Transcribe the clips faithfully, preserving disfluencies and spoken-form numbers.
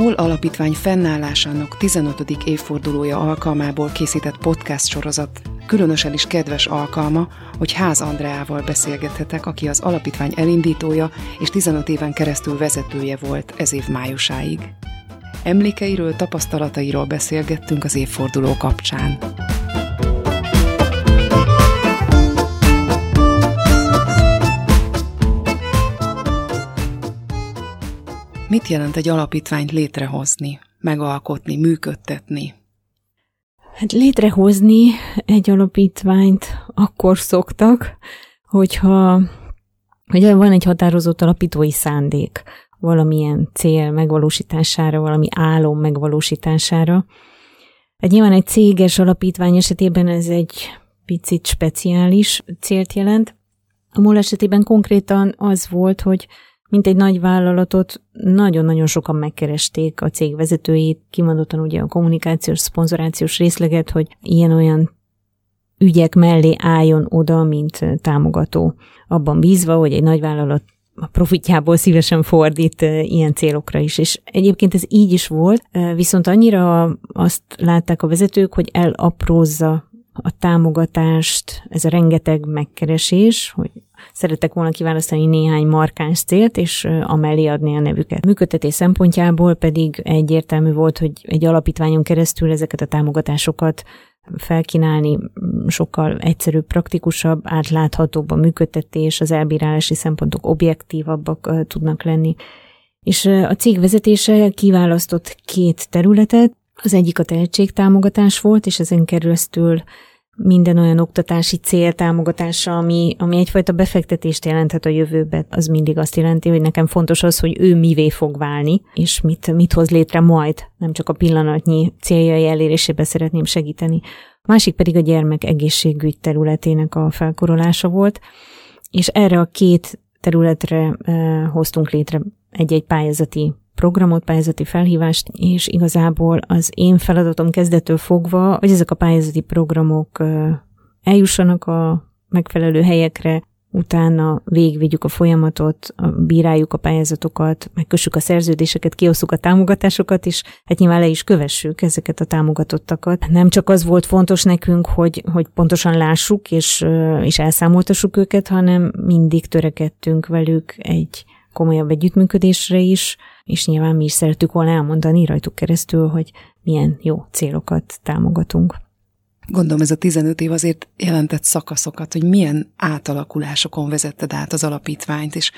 NOL Alapítvány fennállásának tizenötödik évfordulója alkalmából készített podcast sorozat különösen is kedves alkalma, hogy Ház Andreával beszélgethetek, aki az alapítvány elindítója és tizenöt éven keresztül vezetője volt ez év májusáig. Emlékeiről, tapasztalatairól beszélgettünk az évforduló kapcsán. Mit jelent egy alapítványt létrehozni, megalkotni, működtetni? Hát létrehozni egy alapítványt akkor szoktak, hogyha ugye van egy határozott alapítói szándék valamilyen cél megvalósítására, valami álom megvalósítására. Hát nyilván egy céges alapítvány esetében ez egy picit speciális célt jelent. A MOL esetében konkrétan az volt, hogy mint egy nagy vállalatot nagyon-nagyon sokan megkeresték a cég vezetőit, kimondottan ugye a kommunikációs, szponzorációs részleget, hogy ilyen-olyan ügyek mellé álljon oda, mint támogató. Abban bízva, hogy egy nagy vállalat a profitjából szívesen fordít ilyen célokra is. És egyébként ez így is volt, viszont annyira azt látták a vezetők, hogy elaprózza a támogatást, ez a rengeteg megkeresés, hogy szerettek volna kiválasztani néhány markáns célt, és amellé adni a nevüket. Működtetés szempontjából pedig egyértelmű volt, hogy egy alapítványon keresztül ezeket a támogatásokat felkínálni sokkal egyszerűbb, praktikusabb, átláthatóbb a működtetés, az elbírálási szempontok objektívabbak tudnak lenni. És a cég vezetése kiválasztott két területet, az egyik a tehetségtámogatás volt, és ezen keresztül minden olyan oktatási cél támogatása, ami, ami egyfajta befektetést jelenthet a jövőbe, az mindig azt jelenti, hogy nekem fontos az, hogy ő mivé fog válni, és mit, mit hoz létre majd, nem csak a pillanatnyi céljai elérésébe szeretném segíteni. A másik pedig a gyermek egészségügy területének a felkorolása volt, és erre a két területre eh, hoztunk létre egy-egy pályázati programot, pályázati felhívást, és igazából az én feladatom kezdettől fogva, hogy ezek a pályázati programok eljussanak a megfelelő helyekre, utána végigvigyük a folyamatot, bíráljuk a pályázatokat, megkössük a szerződéseket, kiosszuk a támogatásokat, és hát nyilván le is kövessük ezeket a támogatottakat. Nem csak az volt fontos nekünk, hogy, hogy pontosan lássuk, és, és elszámoltassuk őket, hanem mindig törekedtünk velük egy komolyabb együttműködésre is, és nyilván mi is szerettük volna elmondani rajtuk keresztül, hogy milyen jó célokat támogatunk. Gondolom ez a tizenöt év azért jelentett szakaszokat, hogy milyen átalakulásokon vezetted át az alapítványt, és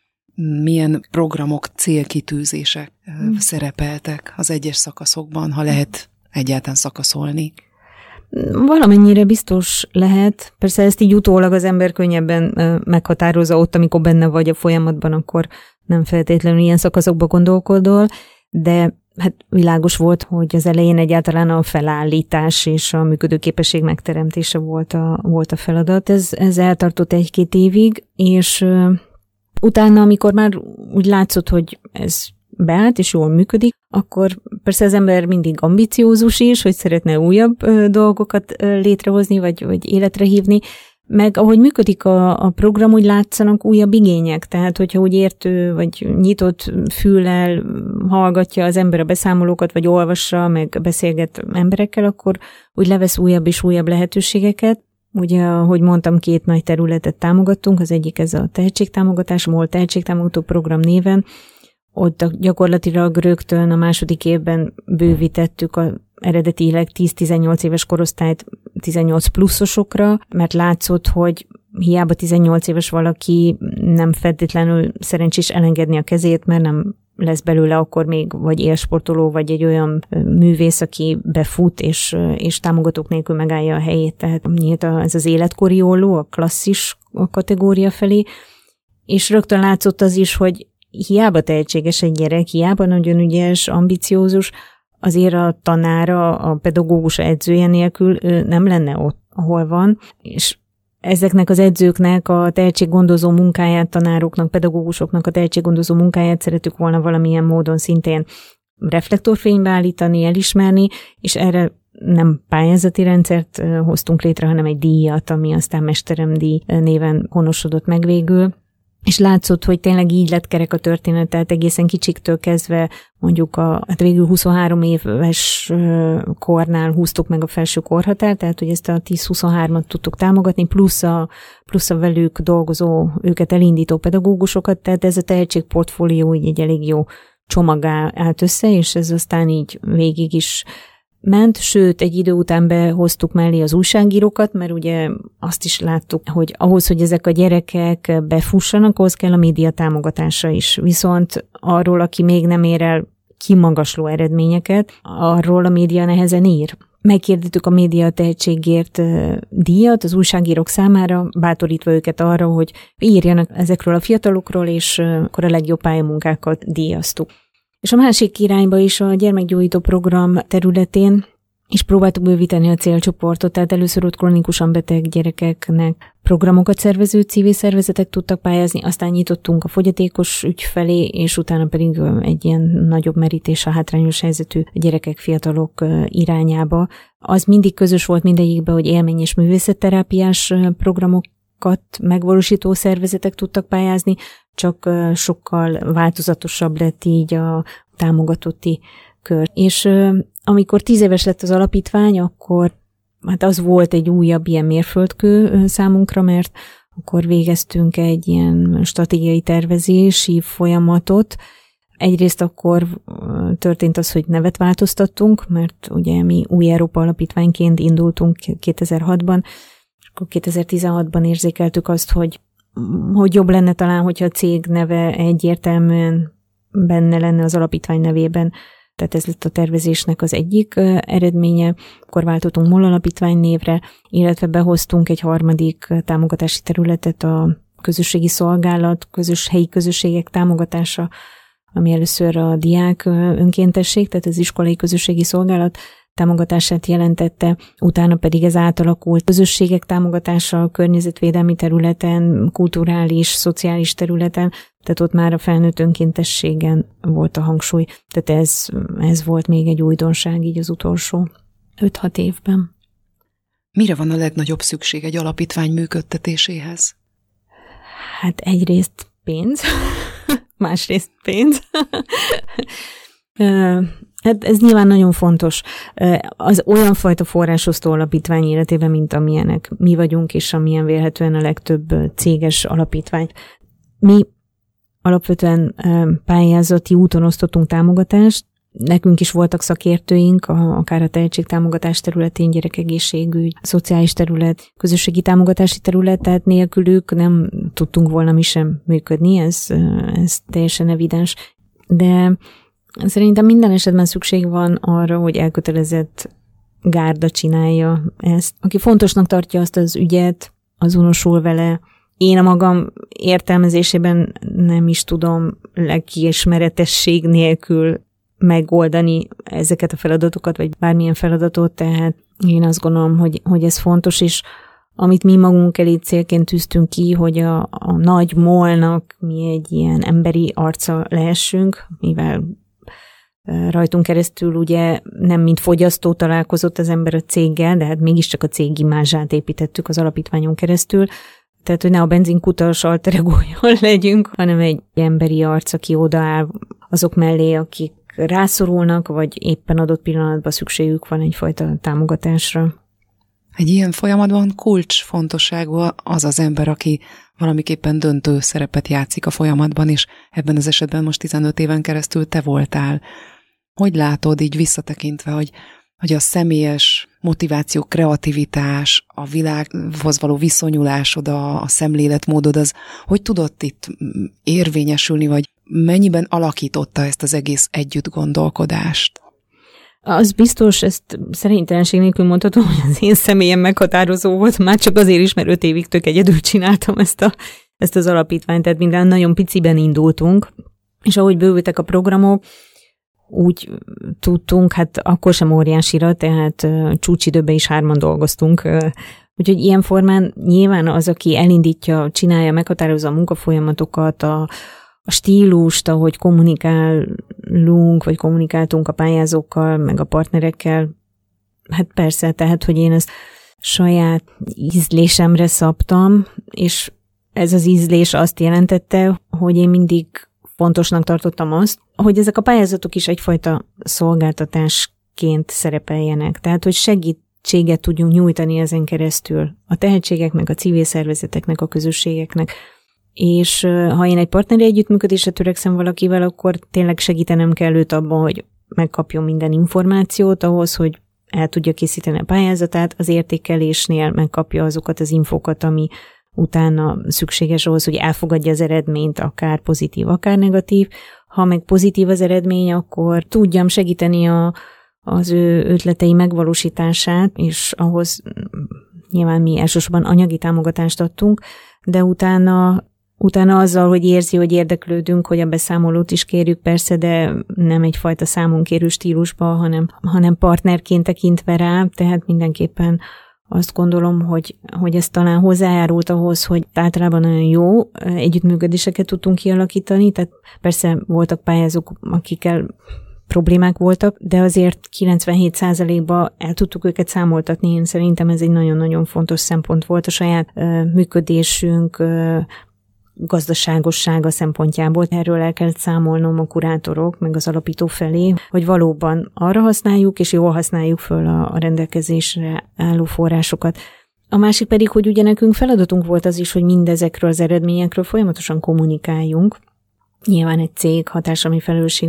milyen programok, célkitűzések hmm. szerepeltek az egyes szakaszokban, ha lehet egyáltalán szakaszolni. Valamennyire biztos lehet. Persze ezt így utólag az ember könnyebben meghatározza ott, amikor benne vagy a folyamatban, akkor nem feltétlenül ilyen szakaszokba gondolkodol, de hát világos volt, hogy az elején egyáltalán a felállítás és a működőképesség megteremtése volt a, volt a feladat. Ez, ez eltartott egy-két évig, és uh, utána, amikor már úgy látszott, hogy ez beállt és jól működik, akkor persze az ember mindig ambiciózus is, hogy szeretne újabb ö, dolgokat ö, létrehozni, vagy, vagy életre hívni, meg ahogy működik a, a program, úgy látszanak újabb igények, tehát hogyha úgy értő, vagy nyitott füllel hallgatja az ember a beszámolókat, vagy olvassa, meg beszélget emberekkel, akkor úgy levesz újabb és újabb lehetőségeket. Ugye, ahogy mondtam, két nagy területet támogattunk, az egyik ez a tehetségtámogatás, MOL tehetségtámogató program néven. Ott gyakorlatilag rögtön a második évben bővítettük a eredetileg tíz-tizennyolc éves korosztályt tizennyolc pluszosokra, mert látszott, hogy hiába tizennyolc éves valaki nem feltétlenül szerencsés elengedni a kezét, mert nem lesz belőle akkor még vagy élsportoló, vagy egy olyan művész, aki befut, és, és támogatók nélkül megállja a helyét. Tehát nyílt ez az életkori olló, a klasszis kategória felé, és rögtön látszott az is, hogy hiába tehetséges egy gyerek, hiába nagyon ügyes, ambiciózus, azért a tanára, a pedagógus edzője nélkül ő nem lenne ott, ahol van, és ezeknek az edzőknek a tehetséggondozó munkáját, tanároknak, pedagógusoknak a tehetséggondozó munkáját szeretük volna valamilyen módon szintén reflektorfénybe állítani, elismerni, és erre nem pályázati rendszert hoztunk létre, hanem egy díjat, ami aztán mesteremdíj néven honosodott meg végül. és látszott, hogy tényleg így lett kerek a történet, tehát egészen kicsiktől kezdve mondjuk a, hát végül huszonhárom éves kornál húztuk meg a felső korhatárt, tehát hogy ezt a tíz-huszonhármat tudtuk támogatni, plusz a, plusz a velük dolgozó, őket elindító pedagógusokat, tehát ez a tehetségportfólió így egy elég jó csomagá állt össze, és ez aztán így végig is ment, sőt, egy idő után behoztuk mellé az újságírókat, mert ugye azt is láttuk, hogy ahhoz, hogy ezek a gyerekek befussanak, ahhoz kell a média támogatása is. Viszont arról, aki még nem ér el kimagasló eredményeket, arról a média nehezen ír. Megkérdettük a média tehetségért díjat az újságírók számára, bátorítva őket arra, hogy írjanak ezekről a fiatalokról, és akkor a legjobb pályamunkákat díjaztuk. És a másik irányba is a gyermekgyógyító program területén is próbáltuk bővíteni a célcsoportot, tehát először ott krónikusan beteg gyerekeknek programokat szervező civil szervezetek tudtak pályázni, aztán nyitottunk a fogyatékos ügy felé, és utána pedig egy ilyen nagyobb merítés a hátrányos helyzetű gyerekek, fiatalok irányába. Az mindig közös volt mindegyikben, hogy élmény- és művészetterápiás programokat megvalósító szervezetek tudtak pályázni, csak sokkal változatosabb lett így a támogatotti kör. És amikor tíz éves lett az alapítvány, akkor hát az volt egy újabb ilyen mérföldkő számunkra, mert akkor végeztünk egy ilyen stratégiai tervezési folyamatot. Egyrészt akkor történt az, hogy nevet változtattunk, mert ugye mi Új Európa Alapítványként indultunk kétezer-hatban, és akkor kétezer-tizenhatban érzékeltük azt, hogy hogy jobb lenne talán, hogyha a cég neve egyértelműen benne lenne az alapítvány nevében. Tehát ez lett a tervezésnek az egyik eredménye. Akkor váltottunk MOL alapítvány névre, illetve behoztunk egy harmadik támogatási területet, a közösségi szolgálat, közös helyi közösségek támogatása, ami először a diák önkéntesség, tehát az iskolai közösségi szolgálat támogatását jelentette, utána pedig ez átalakult közösségek támogatása a környezetvédelmi területen, kulturális, szociális területen, tehát ott már a felnőtt önkéntességen volt a hangsúly. Tehát ez, ez volt még egy újdonság így az utolsó öt-hat évben. Mire van a legnagyobb szükség egy alapítvány működtetéséhez? Hát egyrészt pénz, másrészt pénz. Hát ez nyilván nagyon fontos. Az olyan fajta forrásosztó alapítvány életében, mint amilyenek mi vagyunk, és amilyen vélhetően a legtöbb céges alapítvány. Mi alapvetően pályázati úton osztottunk támogatást, nekünk is voltak szakértőink, akár a tehetségtámogatás területén, gyerekegészségügy, szociális terület, közösségi támogatási terület, tehát nélkülük nem tudtunk volna mi sem működni, ez, ez teljesen evidens. De szerintem minden esetben szükség van arra, hogy elkötelezett gárda csinálja ezt. Aki fontosnak tartja azt az ügyet, azonosul vele. Én a magam értelmezésében nem is tudom lelkiismeretesség nélkül megoldani ezeket a feladatokat, vagy bármilyen feladatot, tehát én azt gondolom, hogy, hogy ez fontos, és amit mi magunk elé célként tűztünk ki, hogy a, a nagy molnak mi egy ilyen emberi arca lehessünk, mivel rajtunk keresztül ugye nem mint fogyasztó találkozott az ember a céggel, de hát mégiscsak a cég imázsát építettük az alapítványon keresztül, tehát hogy ne a benzinkutas alter egója legyünk, hanem egy emberi arc, aki odaáll azok mellé, akik rászorulnak, vagy éppen adott pillanatban szükségük van egyfajta támogatásra. Egy ilyen folyamatban kulcsfontosságú az az ember, aki valamiképpen döntő szerepet játszik a folyamatban, és ebben az esetben most tizenöt éven keresztül te voltál. Hogy látod így visszatekintve, hogy, hogy a személyes motiváció, kreativitás, a világhoz való viszonyulásod, a, a szemléletmódod, az hogy tudott itt érvényesülni, vagy mennyiben alakította ezt az egész együttgondolkodást? Az biztos, ezt szerintelenség nélkül mondhatom, hogy az én személyem meghatározó volt, már csak azért is, mert öt évig tök egyedül csináltam ezt, a, ezt az alapítványt, tehát minden nagyon piciben indultunk, és ahogy bővültek a programok, úgy tudtunk, hát akkor sem óriásira, tehát uh, csúcsidőben is hárman dolgoztunk, uh, úgyhogy ilyen formán nyilván az, aki elindítja, csinálja, meghatározza a munkafolyamatokat, a a stílust, ahogy kommunikálunk, vagy kommunikáltunk a pályázókkal, meg a partnerekkel, hát persze, tehát, hogy én ezt saját ízlésemre szabtam, és ez az ízlés azt jelentette, hogy én mindig fontosnak tartottam azt, hogy ezek a pályázatok is egyfajta szolgáltatásként szerepeljenek. Tehát, hogy segítséget tudjunk nyújtani ezen keresztül a tehetségeknek, a civil szervezeteknek, a közösségeknek. És ha én egy partneri együttműködésre törekszem valakivel, akkor tényleg segítenem kell őt abban, hogy megkapjon minden információt ahhoz, hogy el tudja készíteni a pályázatát, az értékelésnél megkapja azokat az infókat, ami utána szükséges ahhoz, hogy elfogadja az eredményt, akár pozitív, akár negatív. Ha meg pozitív az eredmény, akkor tudjam segíteni a, az ő ötletei megvalósítását, és ahhoz nyilván mi elsősorban anyagi támogatást adtunk, de utána Utána azzal, hogy érzi, hogy érdeklődünk, hogy a beszámolót is kérjük persze, de nem egyfajta számonkérő stílusba, hanem, hanem partnerként tekintve rá, tehát mindenképpen azt gondolom, hogy, hogy ez talán hozzájárult ahhoz, hogy általában nagyon jó együttműködéseket tudtunk kialakítani, tehát persze voltak pályázók, akikkel problémák voltak, de azért kilencvenhét százalékban el tudtuk őket számoltatni. Én szerintem ez egy nagyon-nagyon fontos szempont volt a saját uh, működésünk, uh, gazdaságossága szempontjából. Erről el kellett számolnom a kurátorok, meg az alapító felé, hogy valóban arra használjuk, és jól használjuk föl a, a rendelkezésre álló forrásokat. A másik pedig, hogy ugye nekünk feladatunk volt az is, hogy mindezekről az eredményekről folyamatosan kommunikáljunk. Nyilván egy cég határsalmi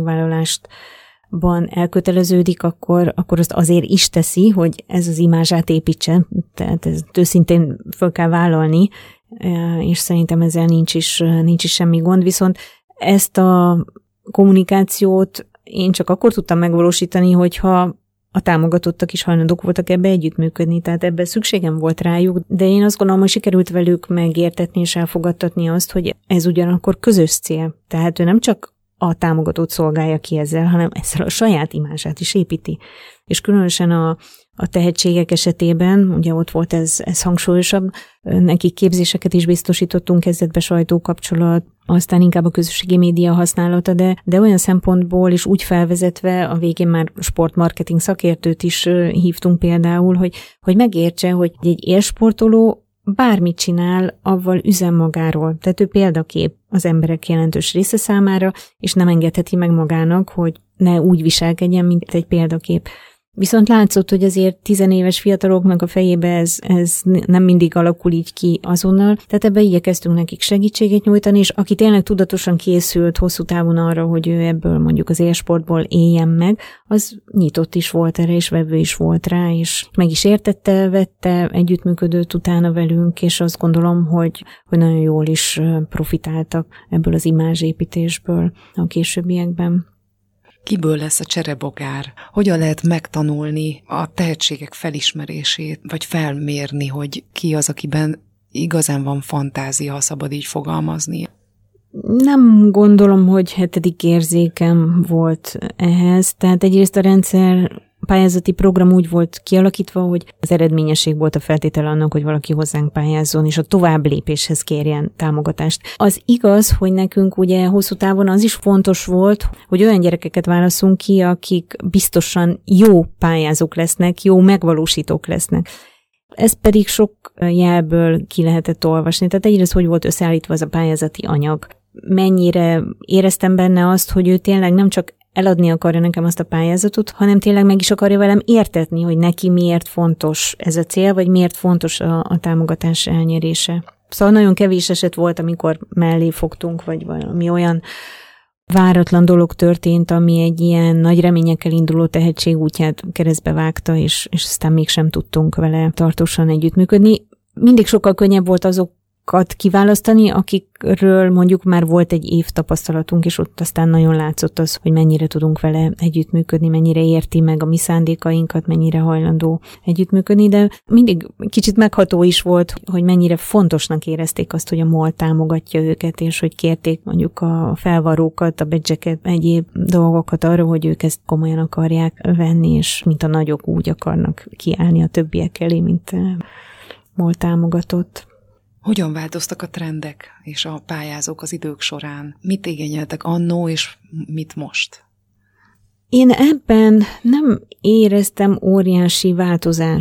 felelősségvállalástban elköteleződik, akkor, akkor azt azért is teszi, hogy ez az imázsát építse, tehát ezt őszintén föl kell vállalni, és szerintem ezzel nincs is, nincs is semmi gond, viszont ezt a kommunikációt én csak akkor tudtam megvalósítani, hogyha a támogatottak is hajlandók voltak ebbe együttműködni, tehát ebbe szükségem volt rájuk, de én azt gondolom, hogy sikerült velük megértetni és elfogadtatni azt, hogy ez ugyanakkor közös cél. Tehát ő nem csak a támogatót szolgálja ki ezzel, hanem ezzel a saját imázsát is építi. És különösen a, a tehetségek esetében, ugye ott volt ez, ez hangsúlyosabb, nekik képzéseket is biztosítottunk, kezdetben sajtókapcsolat, aztán inkább a közösségi média használata, de, de olyan szempontból is úgy felvezetve, a végén már sportmarketing szakértőt is hívtunk például, hogy, hogy megértse, hogy egy élsportoló bármit csinál, avval üzen magáról. Tehát ő példakép az emberek jelentős része számára, és nem engedheti meg magának, hogy ne úgy viselkedjen, mint egy példakép. Viszont látszott, hogy azért tizenéves fiataloknak a fejébe ez, ez nem mindig alakul így ki azonnal, tehát ebbe igyekeztünk nekik segítséget nyújtani, és aki tényleg tudatosan készült hosszú távon arra, hogy ő ebből mondjuk az élsportból éljen meg, az nyitott is volt erre, és vevő is volt rá, és meg is értette, vette, együttműködött utána velünk, és azt gondolom, hogy, hogy nagyon jól is profitáltak ebből az imázsépítésből a későbbiekben. Kiből lesz a cserebogár? Hogyan lehet megtanulni a tehetségek felismerését, vagy felmérni, hogy ki az, akiben igazán van fantázia, ha szabad így fogalmazni? Nem gondolom, hogy hetedik érzékem volt ehhez. Tehát egyrészt a rendszer pályázati program úgy volt kialakítva, hogy az eredményesség volt a feltétele annak, hogy valaki hozzánk pályázzon, és a tovább lépéshez kérjen támogatást. Az igaz, hogy nekünk ugye hosszú távon az is fontos volt, hogy olyan gyerekeket válaszunk ki, akik biztosan jó pályázók lesznek, jó megvalósítók lesznek. Ez pedig sok jelből ki lehetett olvasni. Tehát egyrészt, hogy volt összeállítva az a pályázati anyag. Mennyire éreztem benne azt, hogy ő tényleg nem csak eladni akarja nekem azt a pályázatot, hanem tényleg meg is akarja velem értetni, hogy neki miért fontos ez a cél, vagy miért fontos a, a támogatás elnyerése. Szóval nagyon kevés eset volt, amikor mellé fogtunk, vagy valami olyan váratlan dolog történt, ami egy ilyen nagy reményekkel induló tehetség útját keresztbe vágta, és, és aztán mégsem tudtunk vele tartósan együttműködni. Mindig sokkal könnyebb volt azok, kiválasztani, akikről mondjuk már volt egy év tapasztalatunk, és ott aztán nagyon látszott az, hogy mennyire tudunk vele együttműködni, mennyire érti meg a mi szándékainkat, mennyire hajlandó együttműködni, de mindig kicsit megható is volt, hogy mennyire fontosnak érezték azt, hogy a MOL támogatja őket, és hogy kérték mondjuk a felvarókat, a badge-eket, egyéb dolgokat arra, hogy ők ezt komolyan akarják venni, és mint a nagyok úgy akarnak kiállni a többiek elé, mint MOL támogatott. Hogyan változtak a trendek és a pályázók az idők során? Mit igényeltek annó, és mit most? Én ebben nem éreztem óriási változást.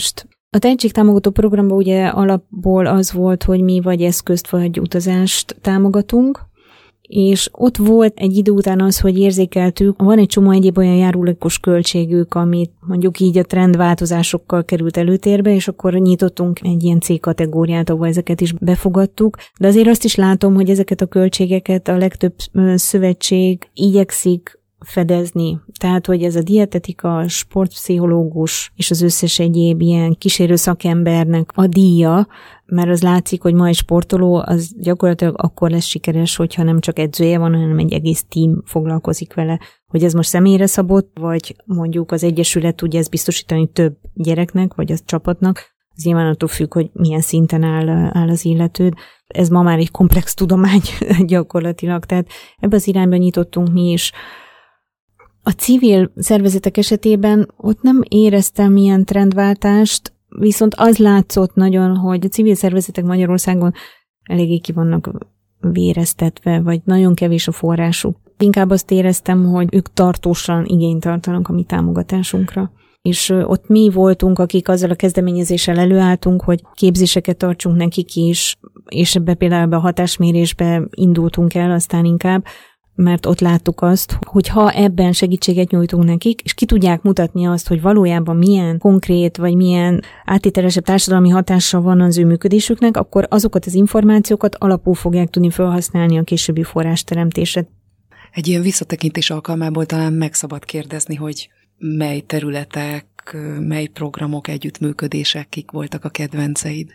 A tehetségtámogató programban ugye alapból az volt, hogy mi vagy eszközt, vagy utazást támogatunk, és ott volt egy idő után az, hogy érzékeltük, van egy csomó egyéb olyan járulékos költségük, amit mondjuk így a trendváltozásokkal került előtérbe, és akkor nyitottunk egy ilyen C-kategóriát, ahol ezeket is befogadtuk, de azért azt is látom, hogy ezeket a költségeket a legtöbb szövetség igyekszik fedezni. Tehát, hogy ez a dietetika, a sportpszichológus és az összes egyéb ilyen kísérő szakembernek a díja, mert az látszik, hogy ma egy sportoló az gyakorlatilag akkor lesz sikeres, hogyha nem csak edzője van, hanem egy egész tím foglalkozik vele. Hogy ez most személyre szabott, vagy mondjuk az egyesület tudja ezt biztosítani több gyereknek, vagy a csapatnak, az nyilván attól függ, hogy milyen szinten áll, áll az illetőd. Ez ma már egy komplex tudomány gyakorlatilag, tehát ebbe az irányba nyitottunk mi is. A civil szervezetek esetében ott nem éreztem ilyen trendváltást, viszont az látszott nagyon, hogy a civil szervezetek Magyarországon eléggé ki vannak véreztetve, vagy nagyon kevés a forrásuk. Inkább azt éreztem, hogy ők tartósan igényt tartanak a mi támogatásunkra. És ott mi voltunk, akik azzal a kezdeményezéssel előálltunk, hogy képzéseket tartsunk nekik is, és ebbe például a hatásmérésbe indultunk el, aztán inkább, mert ott láttuk azt, hogy ha ebben segítséget nyújtunk nekik, és ki tudják mutatni azt, hogy valójában milyen konkrét, vagy milyen áttételesebb társadalmi hatása van az ő működésüknek, akkor azokat az információkat alapul fogják tudni felhasználni a későbbi forrásteremtésre. Egy ilyen visszatekintés alkalmából talán meg szabad kérdezni, hogy mely területek, mely programok, együttműködések, kik voltak a kedvenceid?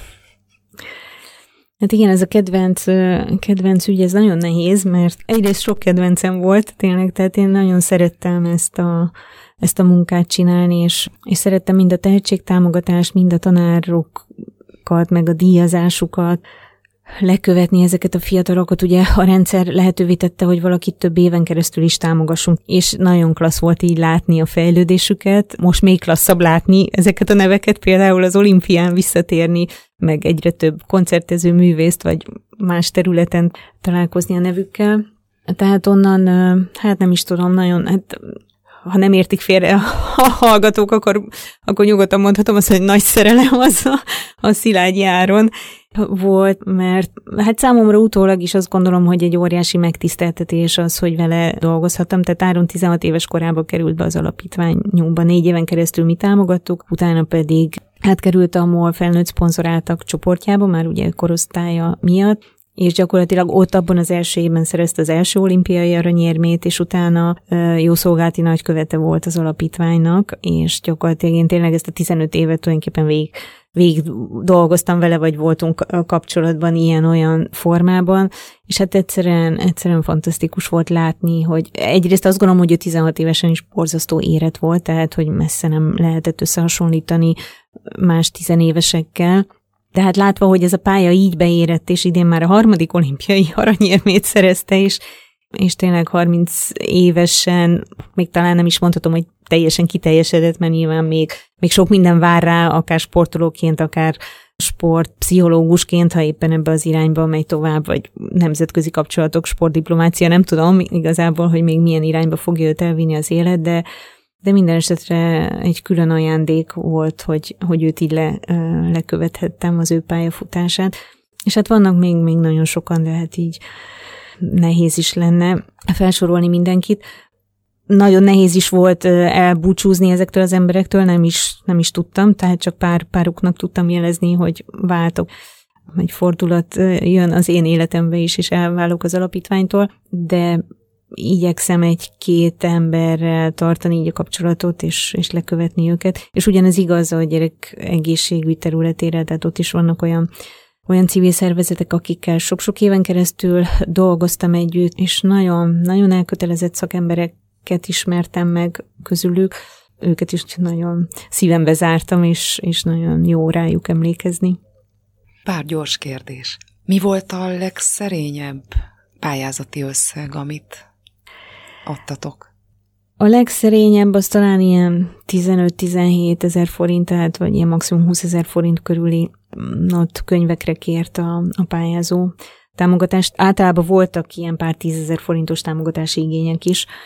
Hát igen, ez a kedvenc, kedvenc ügy, ez nagyon nehéz, mert egyrészt sok kedvencem volt tényleg, tehát én nagyon szerettem ezt a, ezt a munkát csinálni, és, és szerettem mind a tehetségtámogatást, mind a tanárokat, meg a díjazásukat, lekövetni ezeket a fiatalokat. Ugye a rendszer lehetővé tette, hogy valakit több éven keresztül is támogassunk, és nagyon klassz volt így látni a fejlődésüket. Most még klasszabb látni ezeket a neveket, például az olimpián visszatérni, meg egyre több koncertező művészt, vagy más területen találkozni a nevükkel. Tehát onnan, hát nem is tudom, nagyon, hát ha nem értik félre a hallgatók, akkor, akkor nyugodtan mondhatom azt, hogy nagy szerelem az a, a Szilágyi Áron volt, mert hát számomra utólag is azt gondolom, hogy egy óriási megtiszteltetés az, hogy vele dolgozhattam. Tehát Áron tizenhat éves korában került be az alapítványunkba, négy éven keresztül mi támogattuk, utána pedig átkerült a MOL felnőtt szponzoráltak csoportjába, már ugye korosztálya miatt, és gyakorlatilag ott abban az első évben szerezte az első olimpiai aranyérmét, és utána jószolgálati nagykövete volt az alapítványnak, és gyakorlatilag én tényleg ezt a tizenöt évet tulajdonképpen végig, végig dolgoztam vele, vagy voltunk kapcsolatban ilyen-olyan formában, és hát egyszerűen, egyszerűen fantasztikus volt látni, hogy egyrészt azt gondolom, hogy ő tizenhat évesen is borzasztó érett volt, tehát hogy messze nem lehetett összehasonlítani más tizenévesekkel. Tehát látva, hogy ez a pálya így beérett, és idén már a harmadik olimpiai aranyérmét szerezte, és, és tényleg harminc évesen, még talán nem is mondhatom, hogy teljesen kiteljesedett, mert nyilván még, még sok minden vár rá, akár sportolóként, akár sportpszichológusként, ha éppen ebbe az irányba megy tovább, vagy nemzetközi kapcsolatok, sportdiplomácia, nem tudom igazából, hogy még milyen irányba fogja őt elvinni az élet, de de minden esetre egy külön ajándék volt, hogy, hogy őt így le, lekövethettem, az ő pályafutását. És hát vannak még, még nagyon sokan, de hát így nehéz is lenne felsorolni mindenkit. Nagyon nehéz is volt elbúcsúzni ezektől az emberektől, nem is, nem is tudtam, tehát csak pár páruknak tudtam jelezni, hogy váltok. Egy fordulat jön az én életembe is, és elválok az alapítványtól, de igyekszem egy-két emberrel tartani így a kapcsolatot, és, és lekövetni őket. És ugyanez igaz a gyerek egészségügy területére, tehát ott is vannak olyan, olyan civil szervezetek, akikkel sok-sok éven keresztül dolgoztam együtt, és nagyon, nagyon elkötelezett szakembereket ismertem meg közülük. Őket is nagyon szívembe zártam, és, és nagyon jó rájuk emlékezni. Pár gyors kérdés. Mi volt a legszerényebb pályázati összeg, amit adtatok? A legszerényebb az talán ilyen tizenöt-tizenhét ezer forint, tehát vagy ilyen maximum húszezer forint körüli not könyvekre kért a, a pályázó támogatást. Általában voltak ilyen pár tízezer forintos támogatási igények is,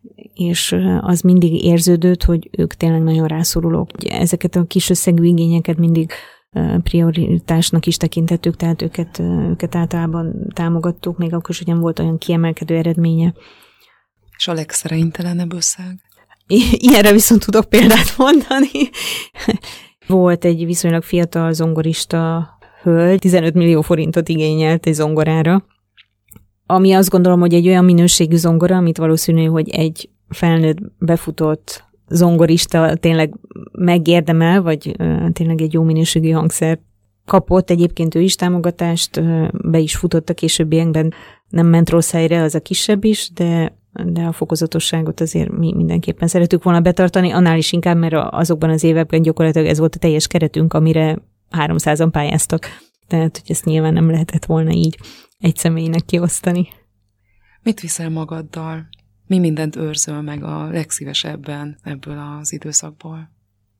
és az mindig érződött, hogy ők tényleg nagyon rászorulók. Ezeket a kis összegű igényeket mindig prioritásnak is tekintettük, tehát őket, őket általában támogattuk, még akkor is ugyan volt olyan kiemelkedő eredménye. És a legszereintelenebb összeg? Ilyenre viszont tudok példát mondani. Volt egy viszonylag fiatal zongorista hölgy, tizenöt millió forintot igényelt egy zongorára, ami azt gondolom, hogy egy olyan minőségű zongora, amit valószínű, hogy egy felnőtt befutott zongorista tényleg megérdemel, vagy uh, tényleg egy jó minőségű hangszer kapott. Egyébként ő is támogatást, uh, be is futott a későbbiekben, nem ment rossz helyre, az a kisebb is, de, de a fokozatosságot azért mi mindenképpen szeretük volna betartani, annál is inkább, mert azokban az években gyakorlatilag ez volt a teljes keretünk, amire háromszázan pályáztak. Tehát, hogy ezt nyilván nem lehetett volna így egy személynek kiosztani. Mit viszel magaddal? Mi mindent őrzöl meg a legszívesebben ebből az időszakból?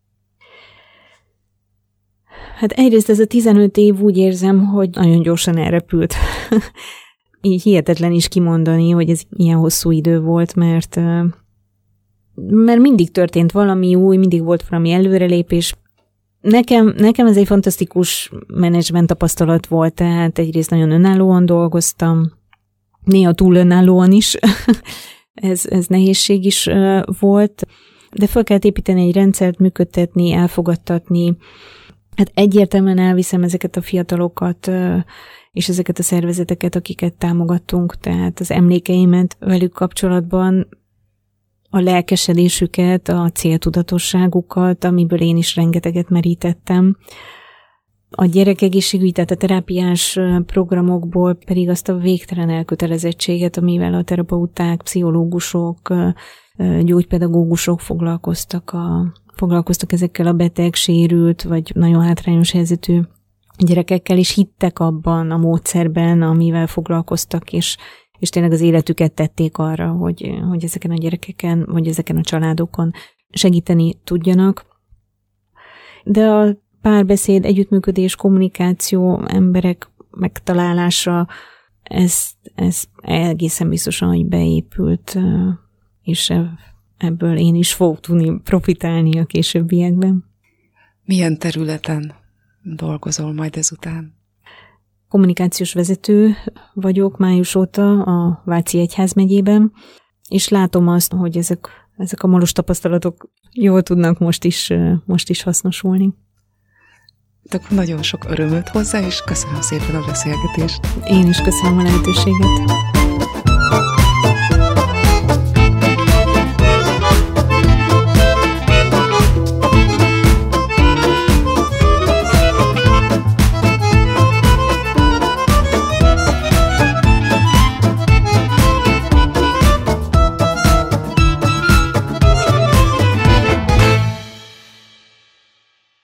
Hát egyrészt ez a tizenöt év úgy érzem, hogy nagyon gyorsan elrepült. Így hihetetlen is kimondani, hogy ez ilyen hosszú idő volt, mert, mert mindig történt valami új, mindig volt valami előrelépés. Nekem, nekem ez egy fantasztikus menedzsment tapasztalat volt, tehát egyrészt nagyon önállóan dolgoztam, néha túl önállóan is, ez, ez nehézség is volt, de fel kellett építeni egy rendszert, működtetni, elfogadtatni. Hát egyértelműen elviszem ezeket a fiatalokat, és ezeket a szervezeteket, akiket támogattunk, tehát az emlékeimet velük kapcsolatban, a lelkesedésüket, a céltudatosságukat, amiből én is rengeteget merítettem. A gyerekegészségügy, tehát a terápiás programokból pedig azt a végtelen elkötelezettséget, amivel a terapeuták, pszichológusok, gyógypedagógusok foglalkoztak, a, foglalkoztak ezekkel a beteg, sérült, vagy nagyon hátrányos helyzetű gyerekekkel, és hittek abban a módszerben, amivel foglalkoztak, és és tényleg az életüket tették arra, hogy, hogy ezeken a gyerekeken, vagy ezeken a családokon segíteni tudjanak. De a párbeszéd, együttműködés, kommunikáció, emberek megtalálása, ez, ez egészen biztosan, hogy beépült, és ebből én is fogok tudni profitálni a későbbiekben. Milyen területen dolgozol majd ezután? Kommunikációs vezető vagyok május óta a Váci Egyházmegyében, és látom azt, hogy ezek, ezek a malus tapasztalatok jól tudnak most is, most is hasznosulni. Tehát nagyon sok örömöt hozzá, és köszönöm szépen a beszélgetést. Én is köszönöm a lehetőséget.